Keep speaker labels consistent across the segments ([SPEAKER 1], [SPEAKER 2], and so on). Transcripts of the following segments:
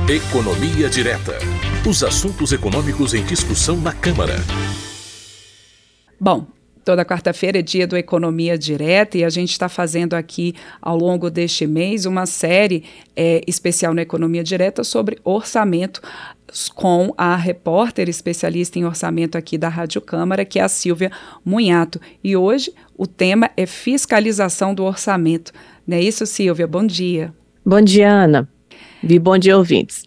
[SPEAKER 1] Economia Direta. Os assuntos econômicos em discussão na Câmara.
[SPEAKER 2] Bom, toda quarta-feira é dia do Economia Direta e a gente está fazendo aqui, ao longo deste mês, uma série especial na Economia Direta sobre orçamento, com a repórter especialista em orçamento aqui da Rádio Câmara, que é a Silvia Munhato. E hoje o tema é fiscalização do orçamento. Não é isso, Silvia? Bom dia.
[SPEAKER 3] Bom dia, Ana. E bom dia, ouvintes.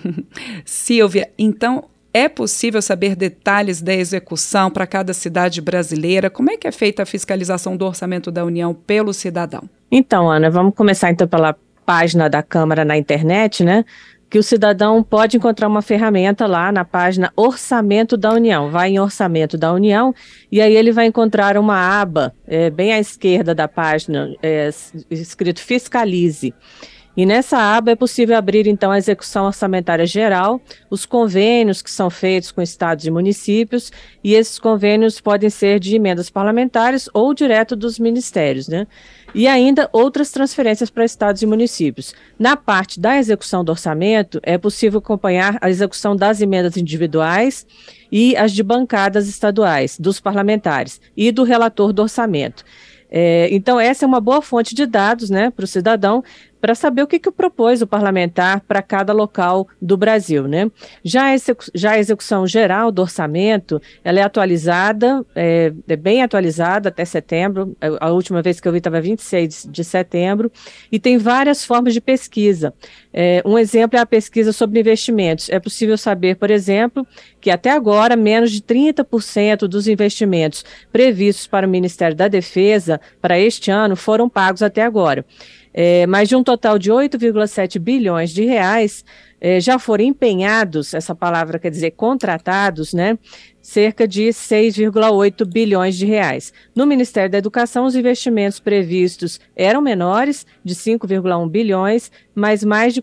[SPEAKER 2] Silvia, então é possível saber detalhes da execução para cada cidade brasileira? Como é que é feita a fiscalização do orçamento da União pelo cidadão?
[SPEAKER 3] Então, Ana, vamos começar então pela página da Câmara na internet, né? Que o cidadão pode encontrar uma ferramenta lá na página Orçamento da União. Vai em Orçamento da União e aí ele vai encontrar uma aba bem à esquerda da página, escrito Fiscalize. E nessa aba é possível abrir, então, a execução orçamentária geral, os convênios que são feitos com estados e municípios, e esses convênios podem ser de emendas parlamentares ou direto dos ministérios, né? E ainda outras transferências para estados e municípios. Na parte da execução do orçamento, é possível acompanhar a execução das emendas individuais e as de bancadas estaduais, dos parlamentares e do relator do orçamento. Então, essa é uma boa fonte de dados, né, para o cidadão, para saber o que propôs o parlamentar para cada local do Brasil, né? Já a execução geral do orçamento, ela é atualizada, é bem atualizada até setembro, a última vez que eu vi estava 26 de setembro, e tem várias formas de pesquisa. Um exemplo é a pesquisa sobre investimentos. É possível saber, por exemplo, que até agora menos de 30% dos investimentos previstos para o Ministério da Defesa para este ano foram pagos até agora. Mas de um total de 8,7 bilhões de reais, já foram empenhados, essa palavra quer dizer contratados, né? Cerca de 6,8 bilhões de reais. No Ministério da Educação, os investimentos previstos eram menores, de 5,1 bilhões, mas mais de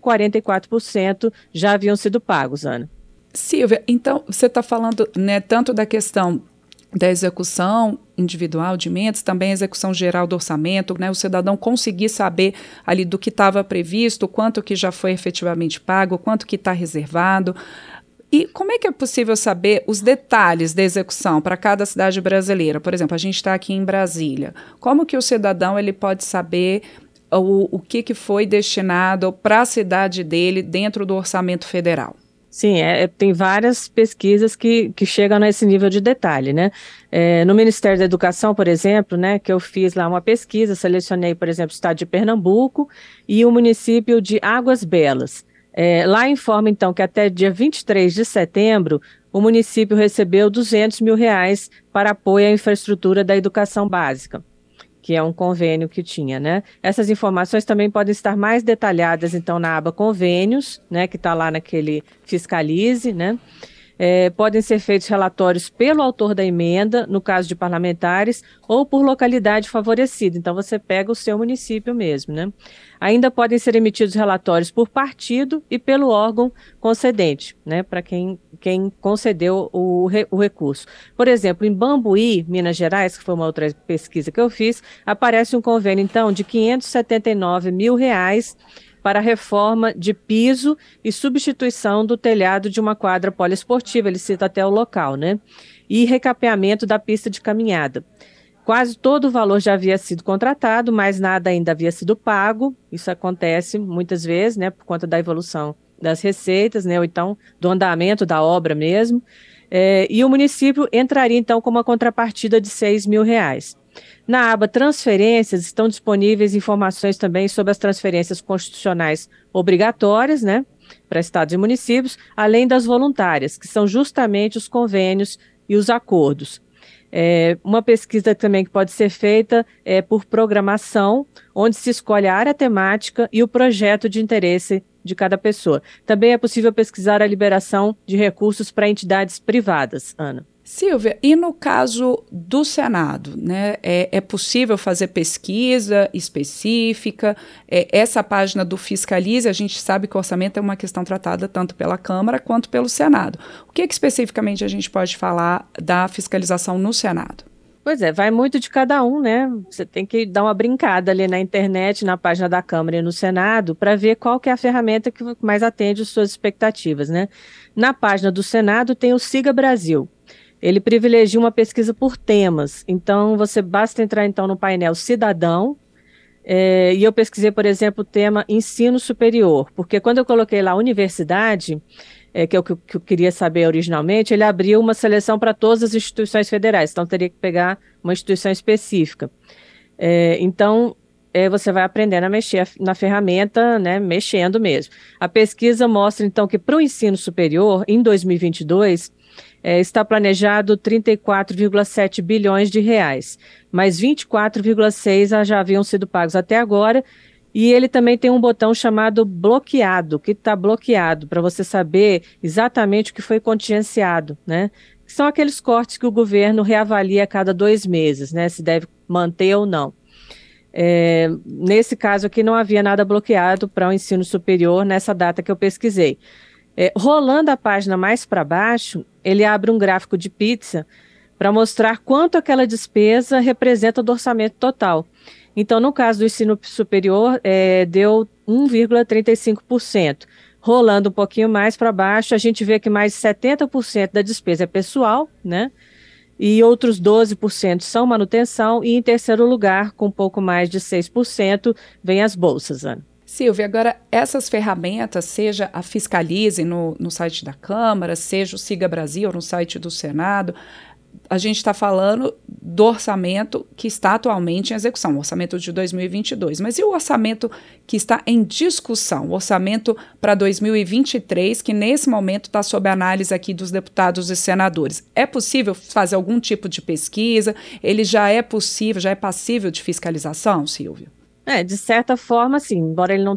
[SPEAKER 3] 44% já haviam sido pagos, Ana.
[SPEAKER 2] Silvia, então você está falando, né, tanto da questão da execução individual de emendas, também a execução geral do orçamento, né, o cidadão conseguir saber ali do que estava previsto, quanto que já foi efetivamente pago, quanto que está reservado. E como é que é possível saber os detalhes da execução para cada cidade brasileira? Por exemplo, a gente está aqui em Brasília. Como que o cidadão ele pode saber o que foi destinado para a cidade dele dentro do orçamento federal?
[SPEAKER 3] Sim, tem várias pesquisas que chegam nesse nível de detalhe, né? No Ministério da Educação, por exemplo, né, que eu fiz lá uma pesquisa, selecionei, por exemplo, o estado de Pernambuco e o município de Águas Belas. Lá informa, então, que até dia 23 de setembro, o município recebeu R$200 mil para apoio à infraestrutura da educação básica, que é um convênio que tinha, né? Essas informações também podem estar mais detalhadas, então, na aba Convênios, né, que está lá naquele Fiscalize, né? Podem ser feitos relatórios pelo autor da emenda, no caso de parlamentares, ou por localidade favorecida. Então, você pega o seu município mesmo, né? Ainda podem ser emitidos relatórios por partido e pelo órgão concedente, né? Para quem concedeu o recurso. Por exemplo, em Bambuí, Minas Gerais, que foi uma outra pesquisa que eu fiz, aparece um convênio, então, de R$579 mil para a reforma de piso e substituição do telhado de uma quadra poliesportiva, ele cita até o local, né? E recapeamento da pista de caminhada. Quase todo o valor já havia sido contratado, mas nada ainda havia sido pago. Isso acontece muitas vezes, né, por conta da evolução das receitas, né, ou então do andamento da obra mesmo. E o município entraria, então, com uma contrapartida de R$6 mil. Na aba Transferências estão disponíveis informações também sobre as transferências constitucionais obrigatórias, né, para estados e municípios, além das voluntárias, que são justamente os convênios e os acordos. Uma pesquisa também que pode ser feita por programação, onde se escolhe a área temática e o projeto de interesse de cada pessoa. Também é possível pesquisar a liberação de recursos para entidades privadas, Ana.
[SPEAKER 2] Silvia, e no caso do Senado, né, é possível fazer pesquisa específica? Essa página do Fiscalize, a gente sabe que o orçamento é uma questão tratada tanto pela Câmara quanto pelo Senado. O que especificamente a gente pode falar da fiscalização no Senado?
[SPEAKER 3] Pois é, vai muito de cada um, né? Você tem que dar uma brincada ali na internet, na página da Câmara e no Senado, para ver qual que é a ferramenta que mais atende às suas expectativas, né? Na página do Senado tem o Siga Brasil. Ele privilegia uma pesquisa por temas. Então, você basta entrar então no painel Cidadão, e eu pesquisei, por exemplo, o tema ensino superior, porque quando eu coloquei lá universidade, que é o que eu queria saber originalmente, ele abriu uma seleção para todas as instituições federais, então teria que pegar uma instituição específica. Então, você vai aprendendo a mexer na ferramenta, né, mexendo mesmo. A pesquisa mostra, então, que para o ensino superior, em 2022, está planejado 34,7 bilhões de reais, mas 24,6 já haviam sido pagos até agora, e ele também tem um botão chamado bloqueado, que está bloqueado, para você saber exatamente o que foi contingenciado, né? São aqueles cortes que o governo reavalia a cada 2 meses, né? Se deve manter ou não. Nesse caso aqui não havia nada bloqueado para o ensino superior nessa data que eu pesquisei. Rolando a página mais para baixo, ele abre um gráfico de pizza para mostrar quanto aquela despesa representa do orçamento total. Então, no caso do ensino superior, deu 1,35%. Rolando um pouquinho mais para baixo, a gente vê que mais de 70% da despesa é pessoal, né? E outros 12% são manutenção, e em terceiro lugar, com um pouco mais de 6%, vem as bolsas, Ana.
[SPEAKER 2] Silvia, agora essas ferramentas, seja a Fiscalize no site da Câmara, seja o Siga Brasil no site do Senado, a gente está falando do orçamento que está atualmente em execução, o orçamento de 2022. Mas e o orçamento que está em discussão, o orçamento para 2023, que nesse momento está sob análise aqui dos deputados e senadores? É possível fazer algum tipo de pesquisa? Ele já é passível de fiscalização, Silvia?
[SPEAKER 3] De certa forma, sim, embora ele não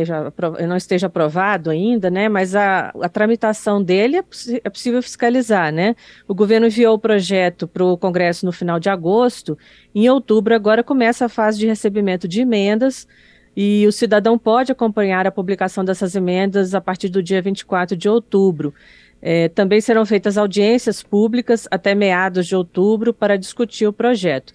[SPEAKER 3] esteja aprovado ainda, né, mas a tramitação dele é possível fiscalizar, né? O governo enviou o projeto para o Congresso no final de agosto, e em outubro agora começa a fase de recebimento de emendas, e o cidadão pode acompanhar a publicação dessas emendas a partir do dia 24 de outubro. Também serão feitas audiências públicas até meados de outubro para discutir o projeto.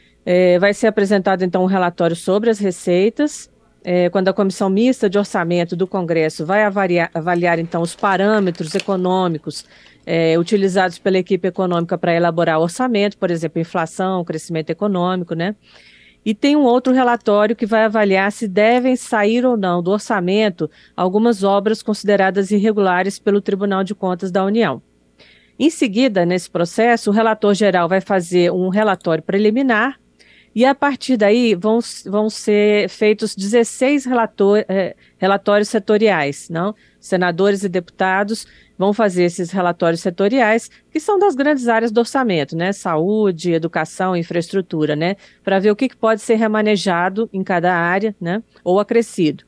[SPEAKER 3] Vai ser apresentado, então, um relatório sobre as receitas, quando a Comissão Mista de Orçamento do Congresso vai avaliar, então, os parâmetros econômicos utilizados pela equipe econômica para elaborar o orçamento, por exemplo, inflação, crescimento econômico, né? E tem um outro relatório que vai avaliar se devem sair ou não do orçamento algumas obras consideradas irregulares pelo Tribunal de Contas da União. Em seguida, nesse processo, o relator geral vai fazer um relatório preliminar, e a partir daí vão ser feitos 16 relatórios setoriais, não? Senadores e deputados vão fazer esses relatórios setoriais, que são das grandes áreas do orçamento, né? Saúde, educação, infraestrutura, né? Para ver o que pode ser remanejado em cada área, né? Ou acrescido.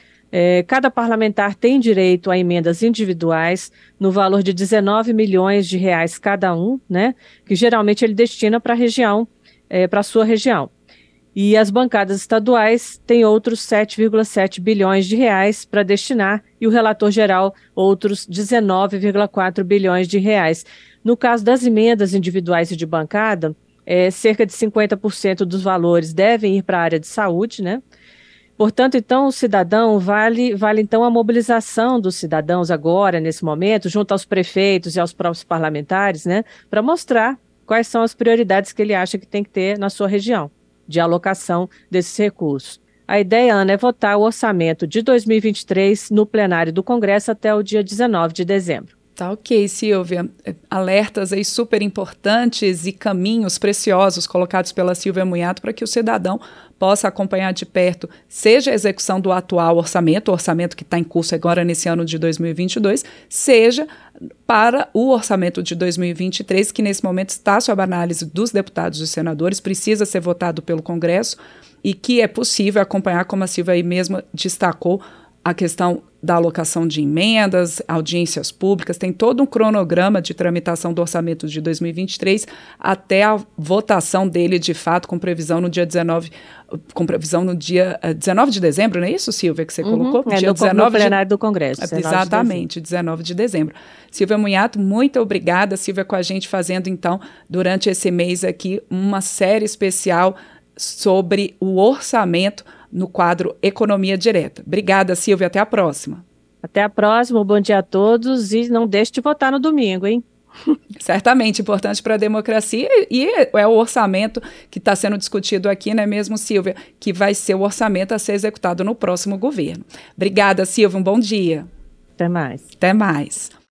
[SPEAKER 3] Cada parlamentar tem direito a emendas individuais no valor de 19 milhões de reais cada um, né? Que geralmente ele destina para a região, para a sua região. E as bancadas estaduais têm outros 7,7 bilhões de reais para destinar, e o relator geral outros 19,4 bilhões de reais. No caso das emendas individuais e de bancada, cerca de 50% dos valores devem ir para a área de saúde, né? Portanto, então, o cidadão vale então a mobilização dos cidadãos agora, nesse momento, junto aos prefeitos e aos próprios parlamentares, né? Para mostrar quais são as prioridades que ele acha que tem que ter na sua região de alocação desses recursos. A ideia, Ana, é votar o orçamento de 2023 no plenário do Congresso até o dia 19 de dezembro.
[SPEAKER 2] Tá ok, Silvia. Alertas aí super importantes e caminhos preciosos colocados pela Silvia Munhato para que o cidadão possa acompanhar de perto, seja a execução do atual orçamento, o orçamento que está em curso agora nesse ano de 2022, seja para o orçamento de 2023, que nesse momento está sob análise dos deputados e senadores, precisa ser votado pelo Congresso, e que é possível acompanhar, como a Silvia aí mesma destacou, a questão da alocação de emendas, audiências públicas, tem todo um cronograma de tramitação do orçamento de 2023 até a votação dele, de fato, com previsão no dia 19 de dezembro, não é isso, Silvia, que você colocou?
[SPEAKER 3] Dia 19 no plenário do Congresso.
[SPEAKER 2] Exatamente, 19 de dezembro. Silvia Munhato, muito obrigada, Silvia, com a gente fazendo, então, durante esse mês aqui, uma série especial sobre o orçamento no quadro Economia Direta. Obrigada, Silvia. Até a próxima.
[SPEAKER 3] Até a próxima. Bom dia a todos e não deixe de votar no domingo, hein?
[SPEAKER 2] Certamente importante para a democracia e é o orçamento que está sendo discutido aqui, não é mesmo, Silvia? Que vai ser o orçamento a ser executado no próximo governo. Obrigada, Silvia. Um bom dia.
[SPEAKER 3] Até mais.
[SPEAKER 2] Até mais.